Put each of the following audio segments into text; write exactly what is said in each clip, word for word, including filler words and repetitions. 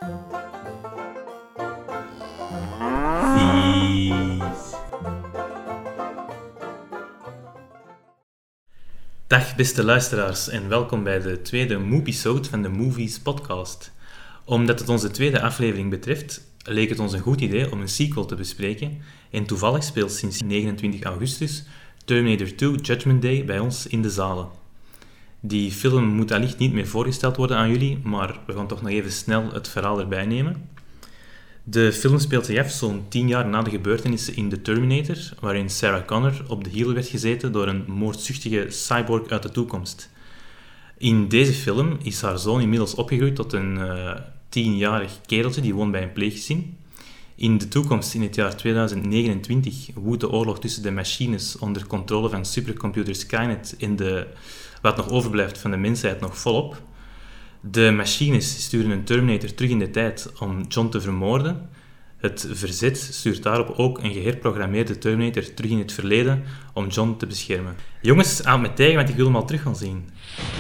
Dag beste luisteraars en welkom bij de tweede Moepisode van de Movies podcast. Omdat het onze tweede aflevering betreft, leek het ons een goed idee om een sequel te bespreken en toevallig speelt sinds negenentwintig augustus Terminator twee Judgment Day bij ons in de zalen. Die film moet allicht niet meer voorgesteld worden aan jullie, maar we gaan toch nog even snel het verhaal erbij nemen. De film speelt zich af zo'n tien jaar na de gebeurtenissen in The Terminator, waarin Sarah Connor op de hielen werd gezeten door een moordzuchtige cyborg uit de toekomst. In deze film is haar zoon inmiddels opgegroeid tot een uh, tienjarig kereltje die woont bij een pleeggezin. In de toekomst, in het jaar tweeduizend negenentwintig, woedt de oorlog tussen de machines onder controle van supercomputer Skynet en de, wat nog overblijft van de mensheid nog volop. De machines sturen een Terminator terug in de tijd om John te vermoorden. Het verzet stuurt daarop ook een geherprogrammeerde Terminator terug in het verleden om John te beschermen. Jongens, houd me tegen, want ik wil hem al terug gaan zien.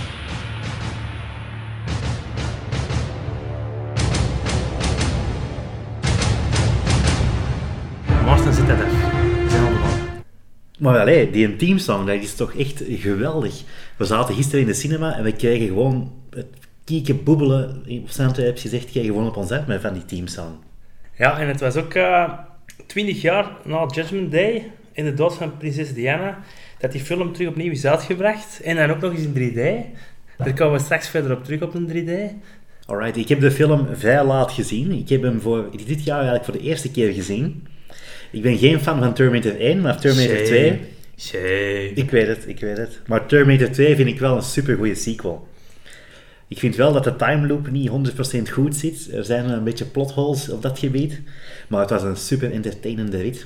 Maarten zit dat af. We zijn al begonnen. Maar allee, die teamsong, dat is toch echt geweldig. We zaten gisteren in de cinema en we kregen gewoon het kieken, boebelen, of Santo hebt gezegd, kregen gewoon op ons uit met van die teamsong. Ja, en het was ook twintig uh, jaar na Judgment Day, in de dood van prinses Diana, dat die film terug opnieuw is uitgebracht. En dan ook nog eens in drie D. Daar komen we straks verder op terug op een drie D. Alright, ik heb de film vrij laat gezien. Ik heb hem voor, dit jaar eigenlijk voor de eerste keer gezien. Ik ben geen fan van Terminator één, maar Terminator Shame. twee... Shame. Ik weet het, ik weet het. Maar Terminator twee vind ik wel een supergoeie sequel. Ik vind wel dat de timeloop niet honderd procent goed zit. Er zijn een beetje plotholes op dat gebied. Maar het was een super entertainende rit.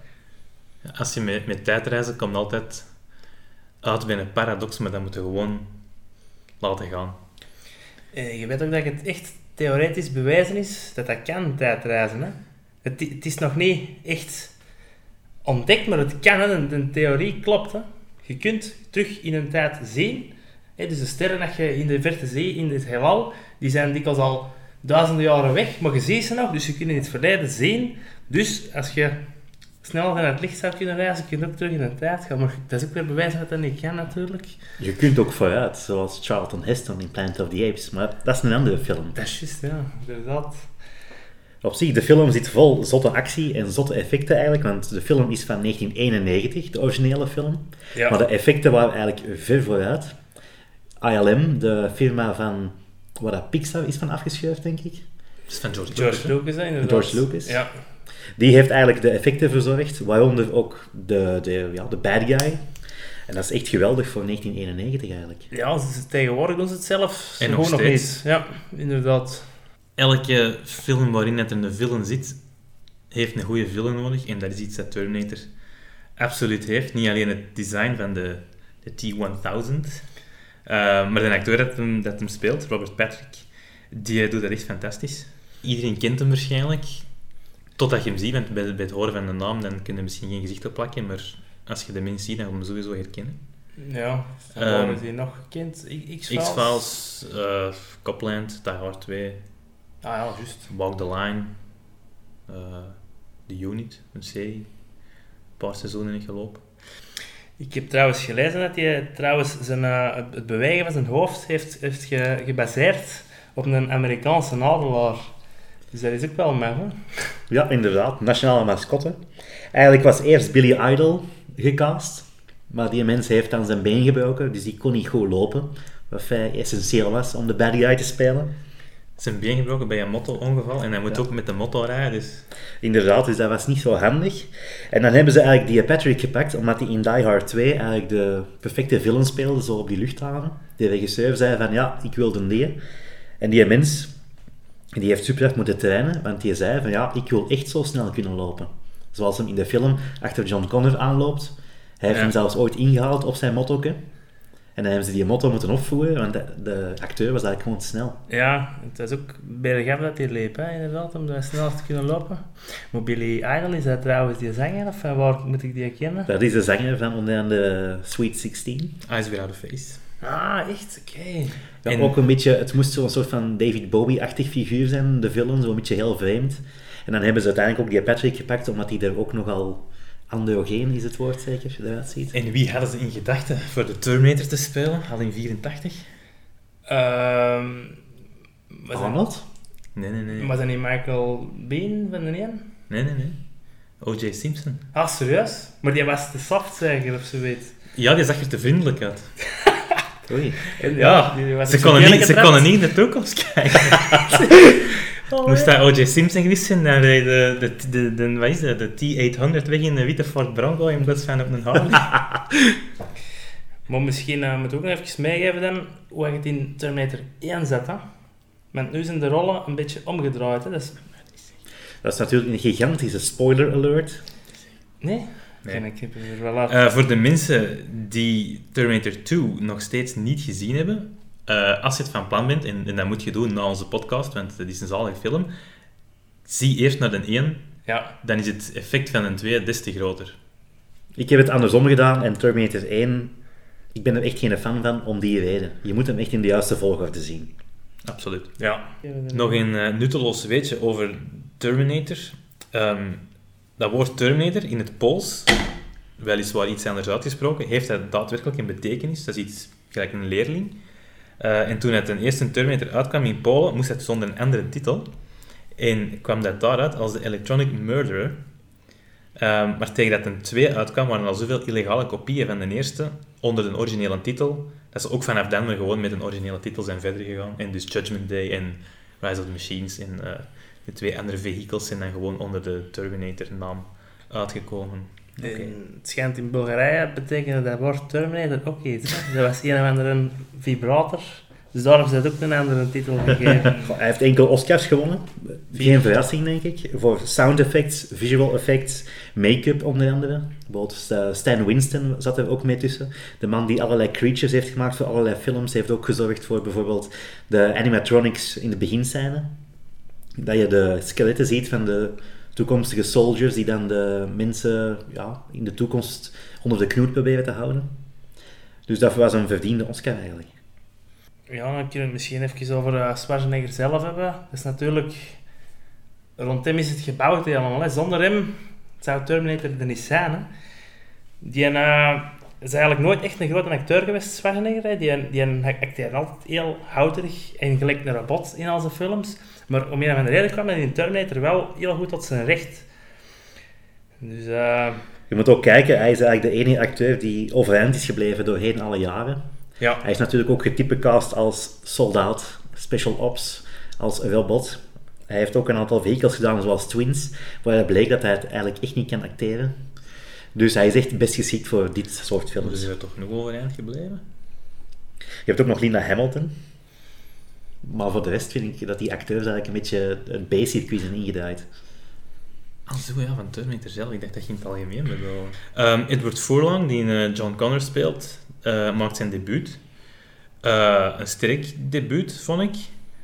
Als je met, met tijdreizen komt altijd uit bij een paradox, maar dat moet je gewoon laten gaan. Uh, je weet ook dat het echt theoretisch bewijzen is dat dat kan, tijdreizen. Hè? Het, het is nog niet echt ontdekt, maar het kan. Hè? De, de theorie klopt. Hè? Je kunt terug in een tijd zien. Hè? Dus de sterren dat je in de verte ziet, in het heelal, die zijn dikwijls al duizenden jaren weg, maar je ziet ze nog, dus je kunt in het verleden zien. Dus als je sneller dan het licht zou kunnen reizen, kun je ook terug in de tijd gaan. Maar dat is ook weer bewijzen dat dat niet kan, natuurlijk. Je kunt ook vooruit, zoals Charlton Heston in Planet of the Apes, maar dat is een andere film. Dat is juist, ja, inderdaad. Op zich, de film zit vol zotte actie en zotte effecten eigenlijk, want de film is van negentien eenennegentig, de originele film. Ja. Maar de effecten waren eigenlijk ver vooruit. I L M, de firma van waar dat Pixar is van afgeschuift, denk ik. Dat is van George, George Lucas. Lucas, hè, inderdaad. George Lucas. Ja. Die heeft eigenlijk de effecten verzorgd, waaronder ook de, de, ja, de bad guy. En dat is echt geweldig voor negentien eenennegentig eigenlijk. Ja, ze- tegenwoordig doen ze het zelf. En gewoon nog nog steeds. niet. Ja, inderdaad. Elke film waarin het een villain zit, heeft een goede villain nodig. En dat is iets dat Terminator absoluut heeft. Niet alleen het design van de, de T honderdduizend, uh, maar de acteur dat hem, dat hem speelt, Robert Patrick, die doet dat echt fantastisch. Iedereen kent hem waarschijnlijk, totdat je hem ziet. Want bij, bij het horen van de naam dan kun je misschien geen gezicht opplakken, maar als je de mens ziet, dan ga je hem sowieso herkennen. Ja, van Ehm, waar is hij nog gekend? X-Files? X-Files, uh, Copland, Die Hard twee, Ah ja, juist. Walk the Line, uh, The Unit, een serie. Een paar seizoenen niet gelopen. Ik heb trouwens gelezen dat hij trouwens zijn, uh, het bewegen van zijn hoofd heeft, heeft ge, gebaseerd op een Amerikaanse adelaar. Dus dat is ook wel maf, hè? Ja, inderdaad. Nationale mascotte. Eigenlijk was eerst Billy Idol gecast, maar die mens heeft dan zijn been gebroken, dus die kon niet goed lopen. Wat vrij essentieel was om de bad guy te spelen. Zijn been gebroken bij een motto-ongeval en hij moet Ja. ook met de motto rijden, dus... Inderdaad, dus dat was niet zo handig. En dan hebben ze eigenlijk die Patrick gepakt, omdat hij in Die Hard twee eigenlijk de perfecte villain speelde, zo op die luchthaven. De regisseur zei van, ja, ik wil die. En die mens, die heeft super hard moeten trainen, want die zei van, ja, ik wil echt zo snel kunnen lopen. Zoals hem in de film achter John Connor aanloopt. Hij heeft Ja. hem zelfs ooit ingehaald op zijn mottoke. En dan hebben ze die motto moeten opvoeren, want de, de acteur was eigenlijk gewoon te snel. Ja, het is ook bergaf dat hij leep, hè, inderdaad, om daar snel te kunnen lopen. Maar Billy Idol, is dat trouwens die zanger, of van waar moet ik die kennen? Dat is de zanger van onder andere Sweet sixteen. Eyes Without a Face. Ah, echt? Oké. Okay. Ja, En- ook een beetje, het moest zo'n soort van David Bowie-achtig figuur zijn, de villain, zo'n beetje heel vreemd. En dan hebben ze uiteindelijk ook die Patrick gepakt, omdat hij er ook nogal androgeen, is het woord zeker, eruit ziet. En wie hadden ze in gedachten voor de Terminator te spelen, al in vierentachtig? Ehm was dat- Arnold? Nee, nee, nee. Was dat niet Michael Biehn van de een? Nee, nee, nee. O J Simpson. Ah, serieus? Maar die was te soft, zeker, of zoiets. Ja, die zag er te vriendelijk uit. Oei. Ja, die was ze zo konden, niet, lelijk ze getrapt. konden niet in de toekomst kijken. Oh, Moest ja. dat O J Simpson geweest zijn, dan reed de, de, de, de, wat is dat, de T achthonderd weg in de witte Ford Bronco in plaats van op een Harley. Maar misschien uh, moet ik ook nog even meegeven dan hoe je het in Terminator één zet. Hè? Want nu zijn de rollen een beetje omgedraaid. Hè? Dat is... Dat is natuurlijk een gigantische spoiler alert. Nee? Nee. Nee. Ik heb er wel uit. Uh, voor de mensen die Terminator twee nog steeds niet gezien hebben, uh, als je het van plan bent, en, en dat moet je doen na onze podcast, want het is een zalige film, zie eerst naar de één, Ja. dan is het effect van een twee des te groter. Ik heb het andersom gedaan en Terminator één, ik ben er echt geen fan van om die reden. Je moet hem echt in de juiste volgorde zien. Absoluut. Ja. Nog een uh, nutteloos weetje over Terminator. Um, dat woord Terminator in het Pools, weliswaar iets anders uitgesproken, heeft dat daadwerkelijk een betekenis. Dat is iets gelijk een leerling. Uh, en toen het een eerste Terminator uitkwam in Polen, moest het zonder een andere titel. En kwam dat daaruit als de Electronic Murderer. Um, maar tegen dat een twee uitkwam, waren er al zoveel illegale kopieën van de eerste onder de originele titel, dat ze ook vanaf dan weer gewoon met een originele titel zijn verder gegaan. En dus Judgment Day en Rise of the Machines en uh, de twee andere vehicles zijn dan gewoon onder de Terminator-naam uitgekomen. Okay. Okay. Het schijnt in Bulgarije betekende dat woord Terminator ook iets. Hè? Dat was een of andere vibrator. Dus daarom is dat ook een andere titel gegeven. Hij heeft enkel Oscars gewonnen. Geen verrassing, denk ik. Voor sound effects, visual effects, make-up onder andere. Bijvoorbeeld Stan Winston zat er ook mee tussen. De man die allerlei creatures heeft gemaakt voor allerlei films, heeft ook gezorgd voor bijvoorbeeld de animatronics in de beginscène. Dat je de skeletten ziet van de toekomstige soldiers die dan de mensen ja, in de toekomst onder de knoet proberen te houden. Dus dat was een verdiende Oscar eigenlijk. Ja, dan kunnen we het misschien even over uh, Schwarzenegger zelf hebben. Dat is natuurlijk... Rond hem is het gebouwd helemaal. Hè. Zonder hem zou Terminator er niet zijn. Hè. Die uh, is eigenlijk nooit echt een grote acteur geweest, Schwarzenegger. Hè. Die, die acteerde altijd heel houterig en gelijk een robot in al zijn films. Maar om een of andere reden kwam hij in Terminator wel heel goed tot zijn recht. Dus... Uh... Je moet ook kijken, hij is eigenlijk de enige acteur die overeind is gebleven doorheen alle jaren. Ja. Hij is natuurlijk ook getypecast als soldaat, special ops, als robot. Hij heeft ook een aantal vehicles gedaan, zoals Twins, waaruit bleek dat hij het eigenlijk echt niet kan acteren. Dus hij is echt best geschikt voor dit soort films. Dus is er toch nog overeind gebleven? Je hebt ook nog Linda Hamilton. Maar voor de rest vind ik dat die acteurs eigenlijk een beetje het B-circuit zijn ingedraaid. Ah, zo ja, van Terminator zelf. Ik dacht dat je in het algemeen bedoelde. Um, Edward Furlong, die uh, John Connor speelt, uh, maakt zijn debuut. Uh, een sterk debuut, vond ik.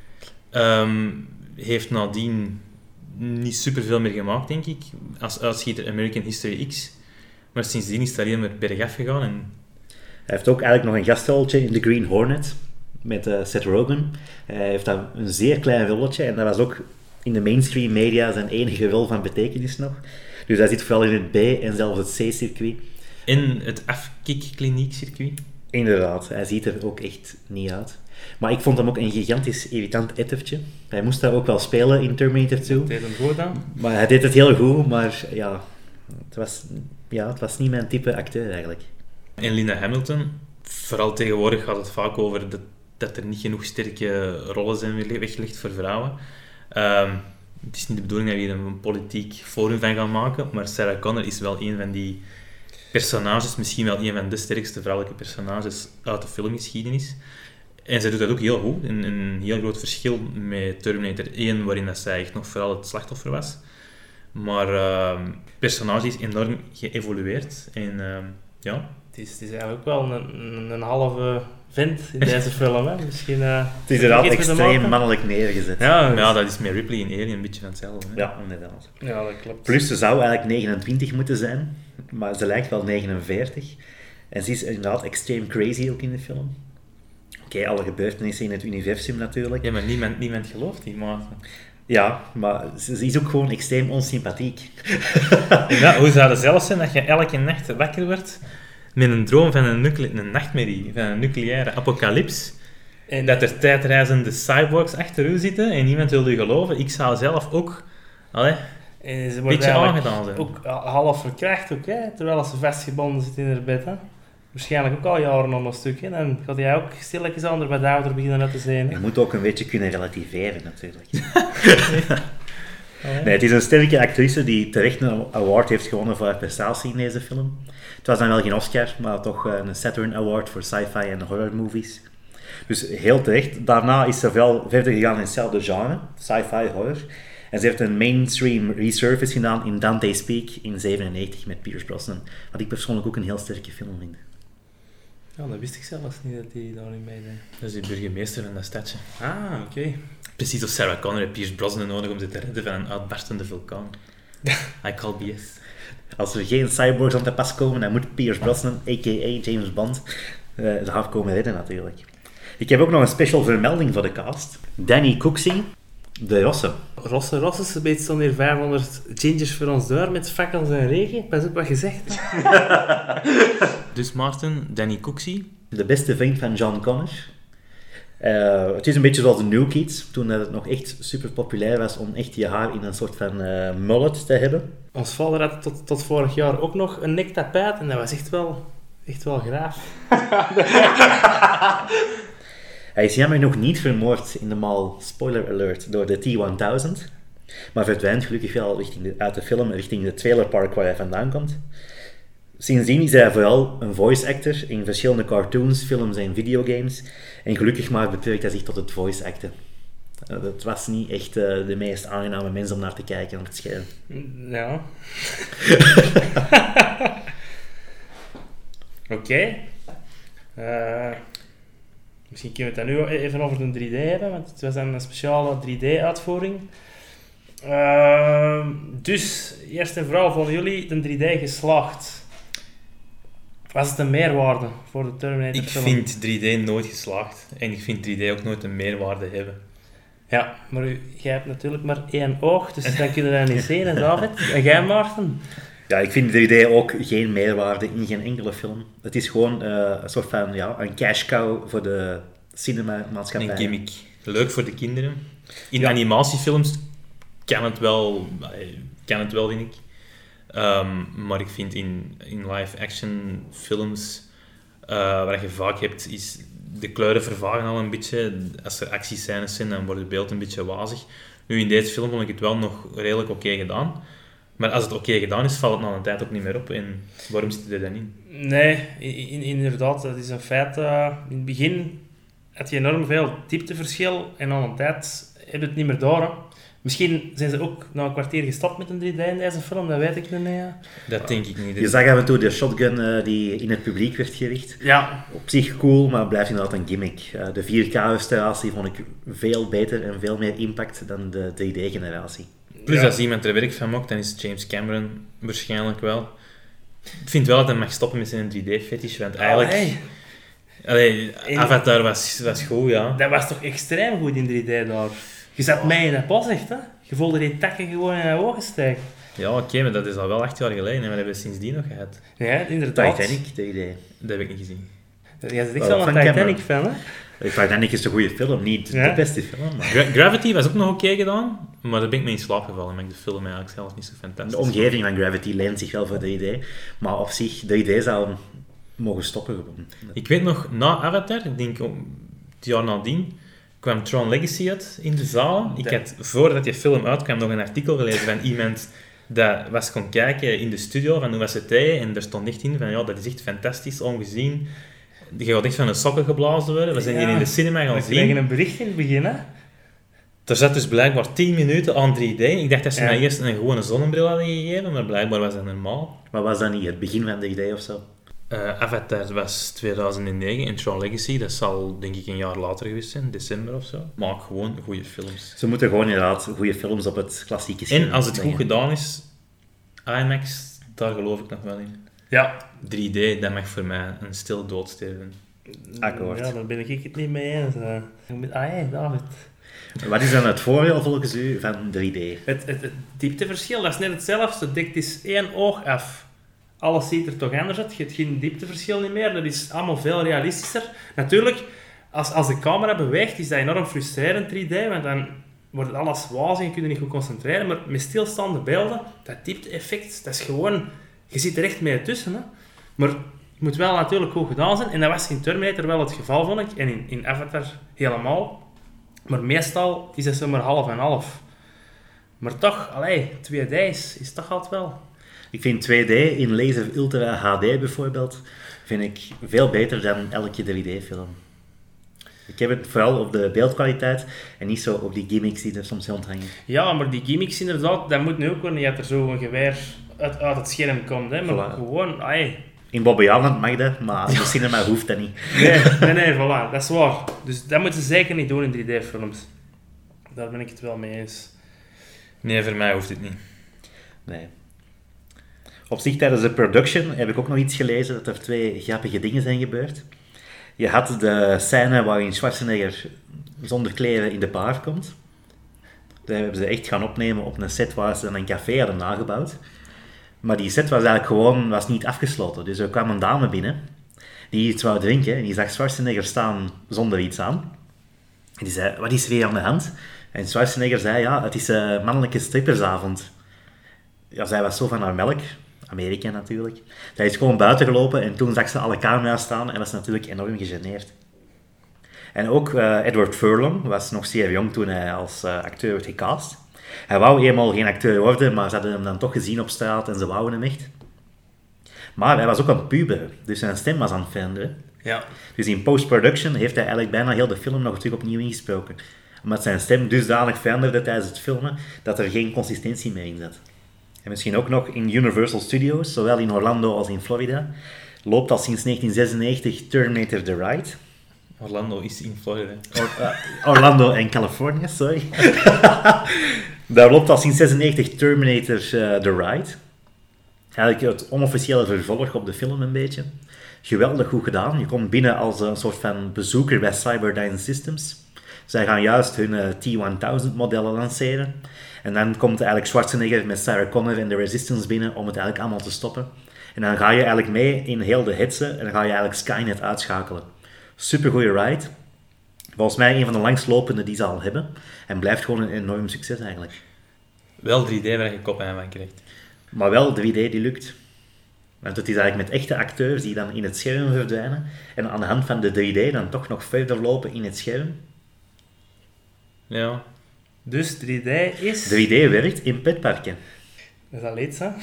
Um, heeft nadien niet superveel meer gemaakt, denk ik. Als uitschieter American History X. Maar sindsdien is het alleen maar bergaf gegaan. En... Hij heeft ook eigenlijk nog een gastrolletje in The Green Hornet met uh, Seth Rogen. Hij heeft daar een zeer klein rolletje en dat was ook in de mainstream media zijn enige rol van betekenis nog. Dus hij zit vooral in het B- en zelfs het C-circuit. In het afkikkliniek-circuit. Inderdaad, hij ziet er ook echt niet uit. Maar ik vond hem ook een gigantisch irritant ettertje. Hij moest daar ook wel spelen in Terminator twee. Deed hem goed dan? Maar hij deed het heel goed, maar ja, het was, ja, het was niet mijn type acteur eigenlijk. En Linda Hamilton, vooral tegenwoordig gaat het vaak over dat, dat er niet genoeg sterke rollen zijn weggelegd voor vrouwen. Um, het is niet de bedoeling dat we hier een politiek forum van gaan maken, maar Sarah Connor is wel een van die personages, misschien wel een van de sterkste vrouwelijke personages uit de filmgeschiedenis. En zij doet dat ook heel goed. Een, een heel groot verschil met Terminator één, waarin dat zij echt nog vooral het slachtoffer was. Maar uh, het personage is enorm geëvolueerd. En uh, ja... Het is, het is eigenlijk ook wel een, een, een halve vent in deze film. Hè? Misschien, uh, het is inderdaad extreem mannelijk neergezet. Ja, ja, dat is met Ripley in Alien een beetje van hetzelfde. Hè? Ja, inderdaad. Ja, dat klopt. Plus, ze zou eigenlijk negenentwintig moeten zijn, maar ze lijkt wel negenenveertig. En ze is inderdaad extreem crazy ook in de film. Oké, okay, alle gebeurtenissen in het universum natuurlijk. Ja, maar niemand, niemand gelooft die Maarten. Ja, maar ze, ze is ook gewoon extreem onsympathiek. Ja, hoe zou het zelf zijn dat je elke nacht wakker wordt met een droom van een, nucle- een nachtmerrie, van een nucleaire apocalyps, en dat er tijdreizende cyborgs achter u zitten en niemand wil u geloven? Ik zou zelf ook allee, En ze een wordt beetje eigenlijk aangedaan zijn. ook half verkracht, ook, hè, terwijl ze vastgebonden zit in haar bed. Hè. Waarschijnlijk ook al jaren om een stuk. Hè. Dan gaat hij ook stilletjes aan de wat ouder beginnen uit te zijn. Je moet ook een beetje kunnen relativeren, natuurlijk. Nee, het is een sterke actrice die terecht een award heeft gewonnen voor haar prestatie in deze film. Het was dan wel geen Oscar, maar toch een Saturn Award voor sci-fi en horror movies. Dus heel terecht. Daarna is ze wel verder gegaan in hetzelfde genre, sci-fi horror. En ze heeft een mainstream resurface gedaan in Dante's Peak in zevenennegentig met Pierce Brosnan. Wat ik persoonlijk ook een heel sterke film vind. Ja, dat wist ik zelfs niet dat hij daarin meedeed. Dat is de burgemeester van dat stadje. Ah, oké. Okay. Precies als Sarah Connor heeft Pierce Brosnan nodig om ze te redden van een uitbarstende vulkaan. I call B S. Als er geen cyborgs aan te pas komen, dan moet Pierce Brosnan, a k a. James Bond, uh, ze haar komen redden natuurlijk. Ik heb ook nog een special vermelding voor de cast. Danny Cooksey, de Rosse. Rosse, Rosse, ze beet zo'n hier vijfhonderd gingers voor ons door met fakkels en regen. Pas op wat je zegt. Dus Maarten, Danny Cooksey. De beste vriend van John Connor. Uh, het is een beetje zoals de New Kids, toen het nog echt super populair was om echt je haar in een soort van uh, mullet te hebben. Ons vader had tot, tot vorig jaar ook nog een nektapijt en dat was echt wel, echt wel graaf. Hij is jammer nog niet vermoord in de mall, spoiler alert, door de T honderdduizend. Maar verdwijnt gelukkig wel richting de, uit de film, richting de trailerpark waar hij vandaan komt. Sindsdien is hij vooral een voice actor in verschillende cartoons, films en videogames. En gelukkig maar beperkt hij zich tot het voice acten. Uh, het was niet echt uh, de meest aangename mens om naar te kijken op het scherm. Ja. Oké. Okay. Uh, misschien kunnen we het dan nu even over de drie D hebben, want het was dan een speciale drie D-uitvoering. Uh, dus, eerst en vooral, vonden jullie de drie D geslaagd? Was het een meerwaarde voor de Terminator Ik film? vind drie D nooit geslaagd. En ik vind drie D ook nooit een meerwaarde hebben. Ja, maar u, jij hebt natuurlijk maar één oog, dus dan kunnen we dat niet zien, hè, David? En jij, Maarten? Ja, ik vind drie D ook geen meerwaarde in geen enkele film. Het is gewoon uh, een soort van ja, een cash cow voor de cinemamaatschappij. Een gimmick. Leuk voor de kinderen. In ja. animatiefilms kan het wel, kan het wel, vind ik. Um, maar ik vind in, in live-action films, uh, wat je vaak hebt, is de kleuren vervagen al een beetje. Als er actiescènes zijn, dan wordt het beeld een beetje wazig. Nu, in deze film vond ik het wel nog redelijk oké okay gedaan. Maar als het oké okay gedaan is, valt het na een tijd ook niet meer op. En waarom zit er dan in? Nee, in, inderdaad, dat is een feit. Uh, in het begin had je enorm veel diepteverschil en na een tijd heb je het niet meer door. Hè. Misschien zijn ze ook na een kwartier gestopt met een drie D in deze film, dat weet ik niet meer. Dat denk ik niet. Je zag af en toe de shotgun uh, die in het publiek werd gericht. Ja. Op zich cool, maar het blijft inderdaad een gimmick. Uh, de vier K-restauratie vond ik veel beter en veel meer impact dan de drie D-generatie. Plus, ja. als iemand er werk van maakt, dan is het James Cameron waarschijnlijk wel. Ik vind wel dat hij mag stoppen met zijn drie D-fetish, want eigenlijk... Oh, hey. Allee, Avatar was, was goed, ja. Dat was toch extreem goed in drie D daar. Je zat mee in dat bos, echt, hè? Je voelde die takken gewoon in je ogen steken. Ja, oké, okay, maar dat is al wel acht jaar geleden en we hebben we sindsdien nog gehad. Ja, inderdaad. Titanic, drie D. Dat heb ik niet gezien. Jij zit echt wel een Titanic-fan, hè? Titanic is een goede film, niet ja. de beste film. Maar... Gra- Gravity was ook nog oké okay gedaan, maar daar ben ik mee in slaap gevallen. Maar ik de film eigenlijk zelf niet zo fantastisch. De omgeving van Gravity leent zich wel voor drie D, maar op zich, drie D zou mogen stoppen gewoon. Ik weet nog, na Avatar, ik denk om het jaar nadien, kwam Tron Legacy uit in de zaal. Ik had, voordat die film uitkwam, nog een artikel gelezen van iemand dat was kon kijken in de studio van hoe was het tegen, en er stond echt in van ja, dat is echt fantastisch, ongezien. Je gaat echt van de sokken geblazen worden. We zijn hier ja, in de cinema gaan we zien. We kregen een bericht in het begin, hè? Er zat dus blijkbaar tien minuten aan drie D. Ik dacht dat ze ja. mij eerst een gewone zonnebril hadden gegeven, maar blijkbaar was dat normaal. Maar was dat niet het begin van drie D of zo? Uh, Avatar was tweeduizend negen en Tron Legacy, dat zal denk ik een jaar later geweest zijn, december of zo. Maak gewoon goede films. Ze moeten gewoon inderdaad goede films op het klassieke scherm. En als het goed gedaan is, IMAX, daar geloof ik nog wel in. Ja. drie D, dat mag voor mij een stil dood sterven. Akkoord. Ja, daar ben ik het niet mee eens. Uh. Ah, ja, David. Wat is dan het voordeel volgens u van drie D? Het, het, het diepteverschil, dat is net hetzelfde. Het dekt is één oog af. Alles ziet er toch anders uit. Je hebt geen diepteverschil niet meer. Dat is allemaal veel realistischer. Natuurlijk, als, als de camera beweegt, is dat enorm frustrerend drie D, want dan wordt alles wazig en kun je niet goed concentreren. Maar met stilstaande beelden, dat diepte-effect, dat is gewoon... Je zit er echt mee tussen, hè. Maar het moet wel natuurlijk goed gedaan zijn. En dat was in Terminator wel het geval, vond ik. En in, in Avatar helemaal. Maar meestal is het zomaar half en half. Maar toch, allee, twee D is, is toch altijd wel... Ik vind twee D in Laser Ultra H D bijvoorbeeld, vind ik veel beter dan elke drie D-film. Ik heb het vooral op de beeldkwaliteit en niet zo op die gimmicks die er soms rondhangen. Ja, maar die gimmicks inderdaad, dat moet nu ook wanneer dat er zo een geweer uit, uit het scherm komt. Hè. Maar Voilà. gewoon, ai. In Bobby Island mag dat, maar in de cinema hoeft dat niet. Nee, nee, nee, voilà, dat is waar. Dus dat moeten ze zeker niet doen in drie D-films. Daar ben ik het wel mee eens. Nee, voor mij hoeft het niet. Nee. Op zich, tijdens de production heb ik ook nog iets gelezen dat er twee grappige dingen zijn gebeurd. Je had de scène waarin Schwarzenegger zonder kleren in de bar komt. Daar hebben ze echt gaan opnemen op een set waar ze een café hadden nagebouwd. Maar die set was eigenlijk gewoon was niet afgesloten. Dus er kwam een dame binnen die iets wou drinken en die zag Schwarzenegger staan zonder iets aan. En die zei, wat is er hier aan de hand? En Schwarzenegger zei, ja, het is een mannelijke strippersavond. Ja, zij was zo van haar melk. Amerika natuurlijk. Zij is gewoon buiten gelopen en toen zag ze alle camera's staan en was natuurlijk enorm gegeneerd. En ook uh, Edward Furlong was nog zeer jong toen hij als uh, acteur werd gecast. Hij wou eenmaal geen acteur worden, maar ze hadden hem dan toch gezien op straat en ze wouden hem echt. Maar hij was ook een puber, dus zijn stem was aan het veranderen. Ja. Dus in post-production heeft hij eigenlijk bijna heel de film nog terug opnieuw ingesproken. Omdat zijn stem dusdanig veranderde tijdens het filmen, dat er geen consistentie meer in zat. En misschien ook nog in Universal Studios, zowel in Orlando als in Florida, loopt al sinds negentien zesennegentig Terminator The Ride. Orlando is in Florida. Or, uh, Orlando en Californië, sorry. Daar loopt al sinds zesennegentig Terminator uh, The Ride. Eigenlijk het onofficiële vervolg op de film een beetje. Geweldig goed gedaan. Je komt binnen als een soort van bezoeker bij Cyberdyne Systems. Zij gaan juist hun uh, T honderd modellen lanceren. En dan komt eigenlijk Schwarzenegger met Sarah Connor en de Resistance binnen om het eigenlijk allemaal te stoppen. En dan ga je eigenlijk mee in heel de hitse en dan ga je eigenlijk Skynet uitschakelen. Supergoeie ride. Volgens mij een van de langslopende die ze al hebben. En blijft gewoon een enorm succes eigenlijk. Wel drie D waar je kop aan van krijgt. Maar wel drie D die lukt. Want het is eigenlijk met echte acteurs die dan in het scherm verdwijnen. En aan de hand van de drie D dan toch nog verder lopen in het scherm. Ja. Dus drie D is... drie D werkt in petparken. Is dat leed, hè?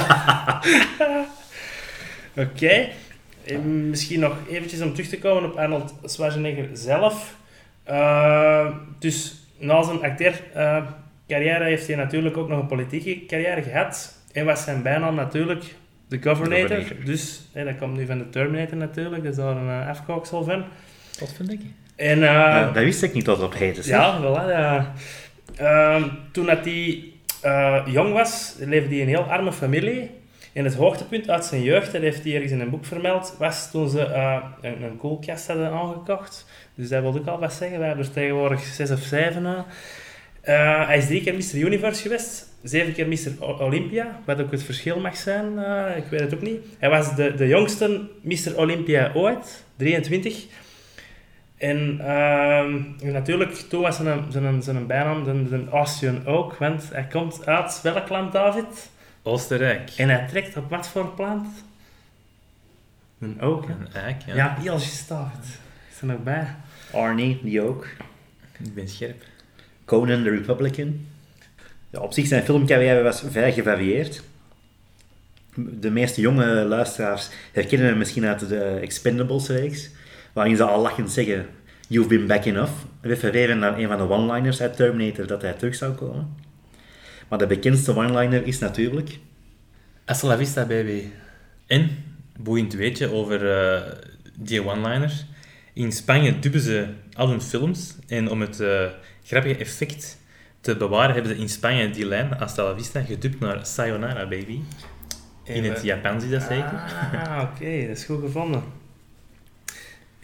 Oké. Okay. Misschien nog eventjes om terug te komen op Arnold Schwarzenegger zelf. Uh, dus na zijn acteercarrière uh, heeft hij natuurlijk ook nog een politieke carrière gehad. En was zijn bijnaam natuurlijk de Governator. Governator. Dus hey, dat komt nu van de Terminator natuurlijk. Dat is daar een uh, afkooksel van. Wat vind ik? En, uh, ja, dat wist ik niet dat het op heette. Ja, voilà. Ja. Uh, toen dat hij uh, jong was, leefde hij in een heel arme familie. En het hoogtepunt uit zijn jeugd, dat heeft hij ergens in een boek vermeld, was toen ze uh, een, een koelkast hadden aangekocht. Dus dat wilde ik al wat zeggen. Wij hebben er tegenwoordig zes of zeven. Uh. Uh, hij is drie keer mister Universe geweest. Zeven keer mister Olympia. Wat ook het verschil mag zijn. Uh, ik weet het ook niet. Hij was de, de jongste mister Olympia ooit. drieëntwintig. En uh, natuurlijk, toen was zijn, zijn, zijn bijnaam de, de Austrian Oak. Want hij komt uit welk land, David? Oostenrijk. En hij trekt op wat voor plant? Een oak, hè? Een eik, ja. Ja, heel juist, David. Is er nog bij? Arnie, die ook. Ik ben scherp. Conan the Republican. Ja, op zich zijn filmcarrière was vrij gevarieerd. De meeste jonge luisteraars herkennen hem misschien uit de Expendables-reeks, waarin ze al lachend zeggen, "You've been back enough", refereren naar een van de one-liners uit Terminator dat hij terug zou komen. Maar de bekendste one-liner is natuurlijk... Hasta la vista, baby. En, boeiend weetje over uh, die one-liner. In Spanje dubben ze al hun films. En om het uh, grappige effect te bewaren, hebben ze in Spanje die lijn, Hasta la vista, gedubt naar Sayonara, baby. In het Japans is dat zeker. Ah, oké. Okay. Dat is goed gevonden.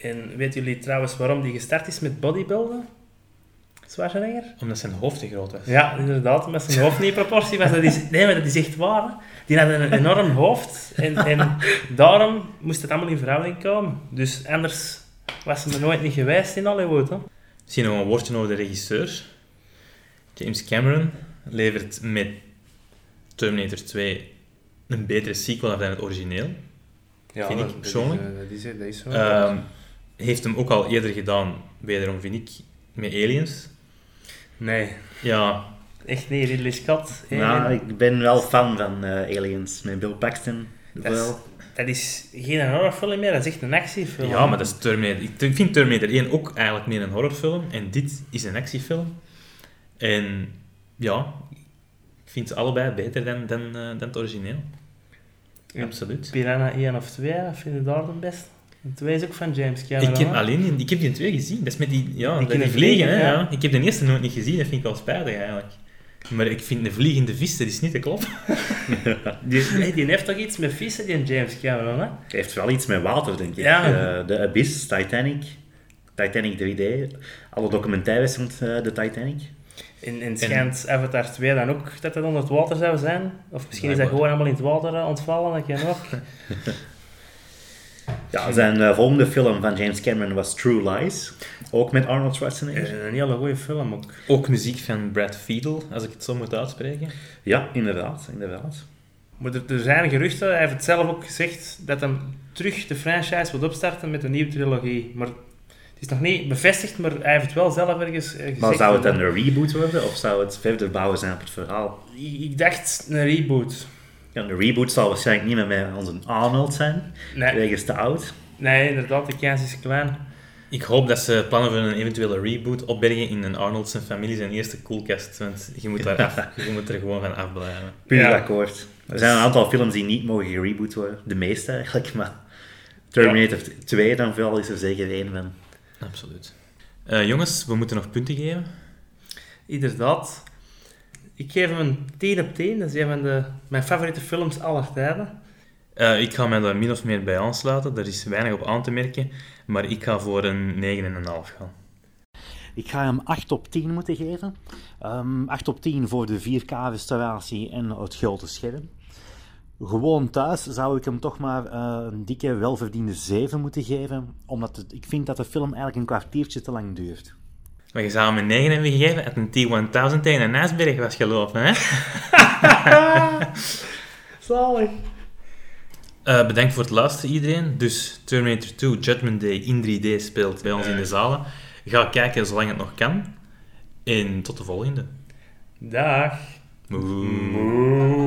En weten jullie trouwens waarom die gestart is met bodybuilden? Schwarzenegger? Omdat zijn hoofd te groot was. Ja, inderdaad, met zijn hoofd niet in proportie was. Dat is, nee, maar dat is echt waar. Hè. Die had een enorm hoofd en, en daarom moest het allemaal in verhouding komen. Dus anders was ze er nooit niet geweest in Hollywood. Hè. Misschien nog een woordje over de regisseur. James Cameron levert met Terminator twee een betere sequel af dan het origineel. Ja, vind ik dat, persoonlijk. Dat is, dat is, dat is zo. Um, heeft hem ook al eerder gedaan, wederom vind ik, met Aliens. Nee, Ja, echt niet. Ridley Scott. Nou, Alien. ik ben wel fan van uh, Aliens, met Bill Paxton. Dat is, Wel. dat is geen horrorfilm meer, dat is echt een actiefilm. ja, maar dat is Terminator. Ik vind Terminator één ook eigenlijk meer een horrorfilm. En dit is een actiefilm. En ja, ik vind ze allebei beter dan, dan, uh, dan het origineel. Ja. Absoluut. Piranha één of twee, wat vind je daar het best? De twee is ook van James Cameron. Ik heb hè? alleen die, ik heb die twee gezien. Dat is met die, ja, Die die, kunnen die vliegen. vliegen, Hè, ja. ja. Ik heb de eerste nooit niet gezien. Dat vind ik wel spijtig eigenlijk. Maar ik vind de vliegende vis, dat is niet te kloppen. Die, nee, die heeft toch iets met vissen, die James Cameron, hè? Het heeft wel iets met water, denk ik. Ja. Uh, de Abyss, Titanic, Titanic drie D, alle documentaires rond uh, de Titanic. En, en schijnt Avatar twee dan ook dat het onder het water zou zijn? Of misschien is dat gewoon allemaal in het water uh, ontvallen, dat kan ook. Ja, zijn uh, volgende film van James Cameron was True Lies, ook met Arnold Schwarzenegger. Uh, een hele goede film ook. Ook muziek van Brad Fiedel, als ik het zo moet uitspreken. Ja, inderdaad, inderdaad. Maar er, er zijn geruchten, hij heeft het zelf ook gezegd, dat hij terug de franchise wil opstarten met een nieuwe trilogie. Maar het is nog niet bevestigd, maar hij heeft het wel zelf ergens uh, gezegd. Maar zou het dan een reboot worden, of zou het verder bouwen zijn op het verhaal? Ik, ik dacht een reboot. Ja, een reboot zal waarschijnlijk niet meer met onze Arnold zijn, Nee, wegens te oud. nee, inderdaad, de kans is klein. Ik hoop dat ze plannen voor een eventuele reboot opbergen in een Arnold zijn familie zijn eerste koelkast. Want je moet, daar af, je moet er gewoon van afblijven. Puur Ja. akkoord. Er zijn een aantal films die niet mogen gereboot worden. De meeste eigenlijk, maar Terminator twee dan vooral is er zeker één van. Absoluut. Uh, jongens, we moeten nog punten geven. Inderdaad. Ik geef hem een tien op tien. Dat is een van de, mijn favoriete films aller tijden. Uh, ik ga mij daar min of meer bij aansluiten. Daar is weinig op aan te merken. Maar ik ga voor een negen komma vijf gaan. Ik ga hem acht op tien moeten geven. Um, acht op tien voor de vier K restauratie en het grote scherm. Gewoon thuis zou ik hem toch maar uh, een dikke, welverdiende zeven moeten geven. Omdat het, ik vind dat de film eigenlijk een kwartiertje te lang duurt. Maar je zou hem een negen hebben gegeven uit een T honderdduizend tegen een ijsberg was gelopen, hè? Zalig. Uh, bedankt voor het luisteren, iedereen. Dus Terminator twee Judgment Day in drie D speelt bij ons in de zalen. Ga kijken zolang het nog kan. En tot de volgende. Dag. Moe.